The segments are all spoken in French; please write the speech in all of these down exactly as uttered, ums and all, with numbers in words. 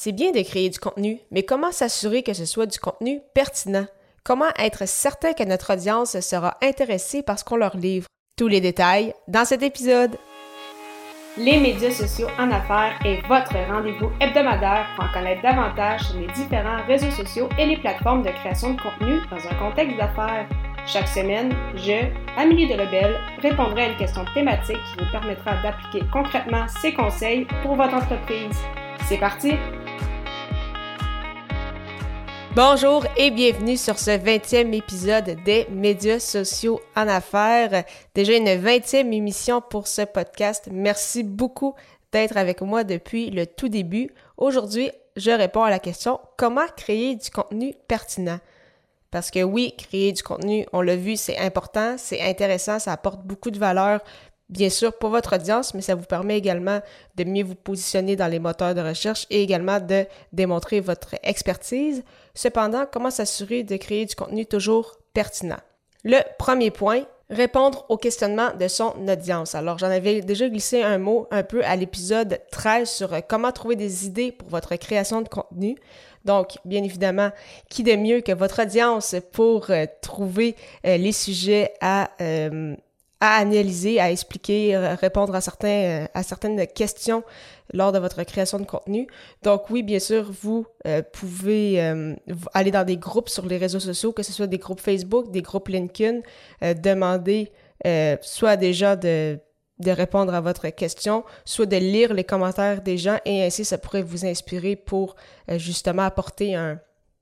C'est bien de créer du contenu, mais comment s'assurer que ce soit du contenu pertinent? Comment être certain que notre audience sera intéressée par ce qu'on leur livre? Tous les détails dans cet épisode. Les médias sociaux en affaires est votre rendez-vous hebdomadaire pour en connaître davantage sur les différents réseaux sociaux et les plateformes de création de contenu dans un contexte d'affaires. Chaque semaine, je, Amélie Delebel, répondrai à une question thématique qui vous permettra d'appliquer concrètement ces conseils pour votre entreprise. C'est parti! Bonjour et bienvenue sur ce vingtième épisode des médias sociaux en affaires. Déjà une vingtième émission pour ce podcast. Merci beaucoup d'être avec moi depuis le tout début. Aujourd'hui, je réponds à la question « Comment créer du contenu pertinent ?» Parce que oui, créer du contenu, on l'a vu, c'est important, c'est intéressant, ça apporte beaucoup de valeur, bien sûr, pour votre audience, mais ça vous permet également de mieux vous positionner dans les moteurs de recherche et également de démontrer votre expertise. Cependant, comment s'assurer de créer du contenu toujours pertinent? Le premier point, répondre aux questionnements de son audience. Alors, j'en avais déjà glissé un mot un peu à l'épisode treize sur comment trouver des idées pour votre création de contenu. Donc, bien évidemment, qui de mieux que votre audience pour euh, trouver euh, les sujets à... Euh, à analyser, à expliquer, répondre à certains, à certaines questions lors de votre création de contenu. Donc oui, bien sûr, vous euh, pouvez euh, aller dans des groupes sur les réseaux sociaux, que ce soit des groupes Facebook, des groupes LinkedIn, euh, demander euh, soit à des gens de, de répondre à votre question, soit de lire les commentaires des gens et ainsi ça pourrait vous inspirer pour euh, justement apporter un,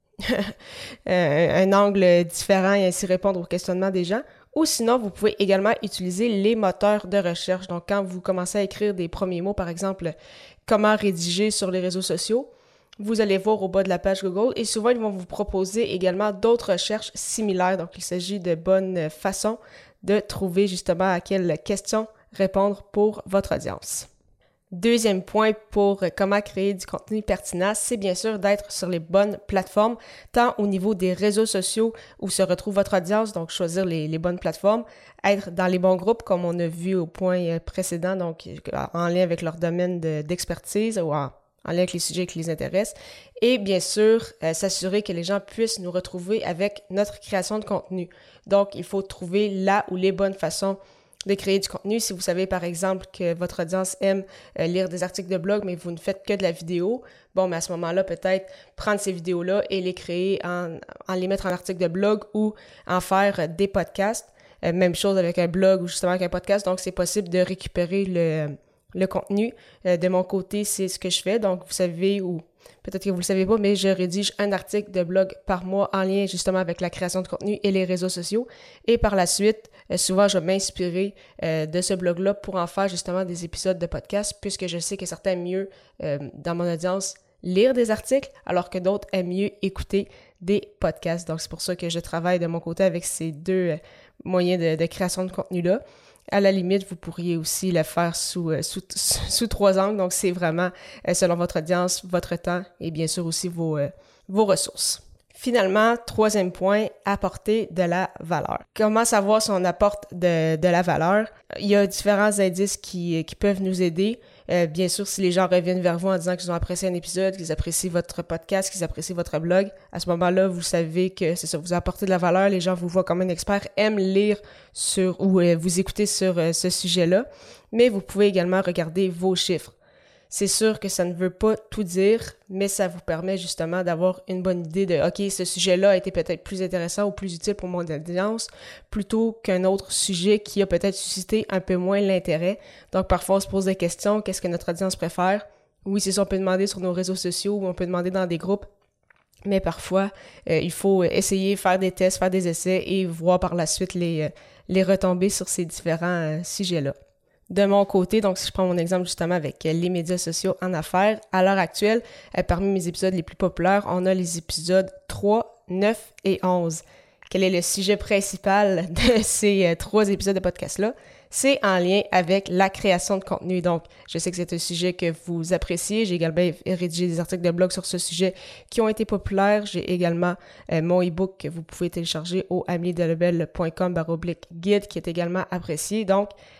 un angle différent et ainsi répondre aux questionnements des gens. Ou sinon, vous pouvez également utiliser les moteurs de recherche. Donc, quand vous commencez à écrire des premiers mots, par exemple, comment rédiger sur les réseaux sociaux, vous allez voir au bas de la page Google et souvent, ils vont vous proposer également d'autres recherches similaires. Donc, il s'agit de bonnes façons de trouver justement à quelles questions répondre pour votre audience. Deuxième point pour comment créer du contenu pertinent, c'est bien sûr d'être sur les bonnes plateformes, tant au niveau des réseaux sociaux où se retrouve votre audience, donc choisir les, les bonnes plateformes, être dans les bons groupes comme on a vu au point précédent, donc en lien avec leur domaine de, d'expertise ou en, en lien avec les sujets qui les intéressent, et bien sûr euh, s'assurer que les gens puissent nous retrouver avec notre création de contenu. Donc, il faut trouver là ou les bonnes façons de créer du contenu. Si vous savez, par exemple, que votre audience aime euh, lire des articles de blog, mais vous ne faites que de la vidéo, bon, mais à ce moment-là, peut-être prendre ces vidéos-là et les créer en, en les mettre en article de blog ou en faire euh, des podcasts. Euh, même chose avec un blog ou justement avec un podcast. Donc, c'est possible de récupérer le, le contenu. Euh, de mon côté, c'est ce que je fais. Donc, vous savez, ou peut-être que vous ne le savez pas, mais je rédige un article de blog par mois en lien justement avec la création de contenu et les réseaux sociaux. Et par la suite, euh, souvent, je vais m'inspirer euh, de ce blog-là pour en faire justement des épisodes de podcast, puisque je sais que certains aiment mieux, euh, dans mon audience, lire des articles, alors que d'autres aiment mieux écouter des podcasts. Donc, c'est pour ça que je travaille de mon côté avec ces deux euh, moyens de, de création de contenu-là. À la limite, vous pourriez aussi le faire sous, euh, sous, sous trois angles. Donc, c'est vraiment euh, selon votre audience, votre temps et bien sûr aussi vos, euh, vos ressources. Finalement, troisième point, apporter de la valeur. Comment savoir si on apporte de, de la valeur? Il y a différents indices qui, qui peuvent nous aider. Euh, bien sûr, si les gens reviennent vers vous en disant qu'ils ont apprécié un épisode, qu'ils apprécient votre podcast, qu'ils apprécient votre blog, à ce moment-là, vous savez que c'est ça, vous apportez de la valeur, les gens vous voient comme un expert, aiment lire sur ou euh, vous écouter sur euh, ce sujet-là, mais vous pouvez également regarder vos chiffres. C'est sûr que ça ne veut pas tout dire, mais ça vous permet justement d'avoir une bonne idée de « OK, ce sujet-là a été peut-être plus intéressant ou plus utile pour mon audience plutôt qu'un autre sujet qui a peut-être suscité un peu moins l'intérêt. » Donc, parfois, on se pose des questions. Qu'est-ce que notre audience préfère? Oui, c'est ça, on peut demander sur nos réseaux sociaux ou on peut demander dans des groupes. Mais parfois, euh, il faut essayer, faire des tests, faire des essais et voir par la suite les, euh, les retombées sur ces différents euh, sujets-là. De mon côté, donc si je prends mon exemple justement avec les médias sociaux en affaires, à l'heure actuelle, euh, parmi mes épisodes les plus populaires, on a les épisodes trois, neuf et onze. Quel est le sujet principal de ces euh, trois épisodes de podcast-là? C'est en lien avec la création de contenu. Donc, je sais que c'est un sujet que vous appréciez. J'ai également rédigé des articles de blog sur ce sujet qui ont été populaires. J'ai également euh, mon e-book que vous pouvez télécharger au ameliedelebel point com slash guide qui est également apprécié. Donc,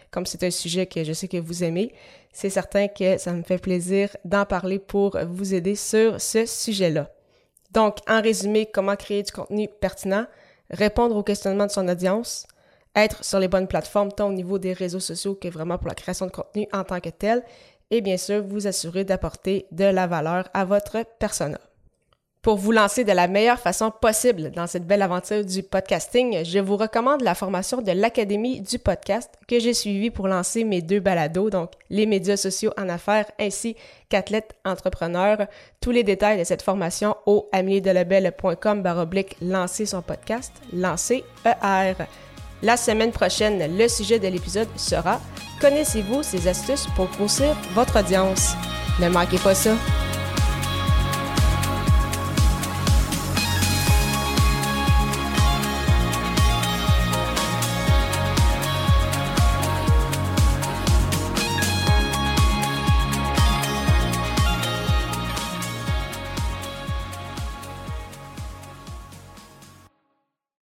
comme c'est un sujet que je sais que vous aimez, c'est certain que ça me fait plaisir d'en parler pour vous aider sur ce sujet-là. Donc, en résumé, comment créer du contenu pertinent, répondre aux questionnements de son audience, être sur les bonnes plateformes tant au niveau des réseaux sociaux que vraiment pour la création de contenu en tant que tel, et bien sûr, vous assurer d'apporter de la valeur à votre persona. Pour vous lancer de la meilleure façon possible dans cette belle aventure du podcasting, je vous recommande la formation de l'Académie du podcast que j'ai suivie pour lancer mes deux balados, donc les médias sociaux en affaires ainsi qu'athlète entrepreneur. Tous les détails de cette formation au ameliedelebel.com baroblique lancer son podcast, lancer E R. La semaine prochaine, le sujet de l'épisode sera « Connaissez-vous ces astuces pour grossir votre audience ?» Ne manquez pas ça!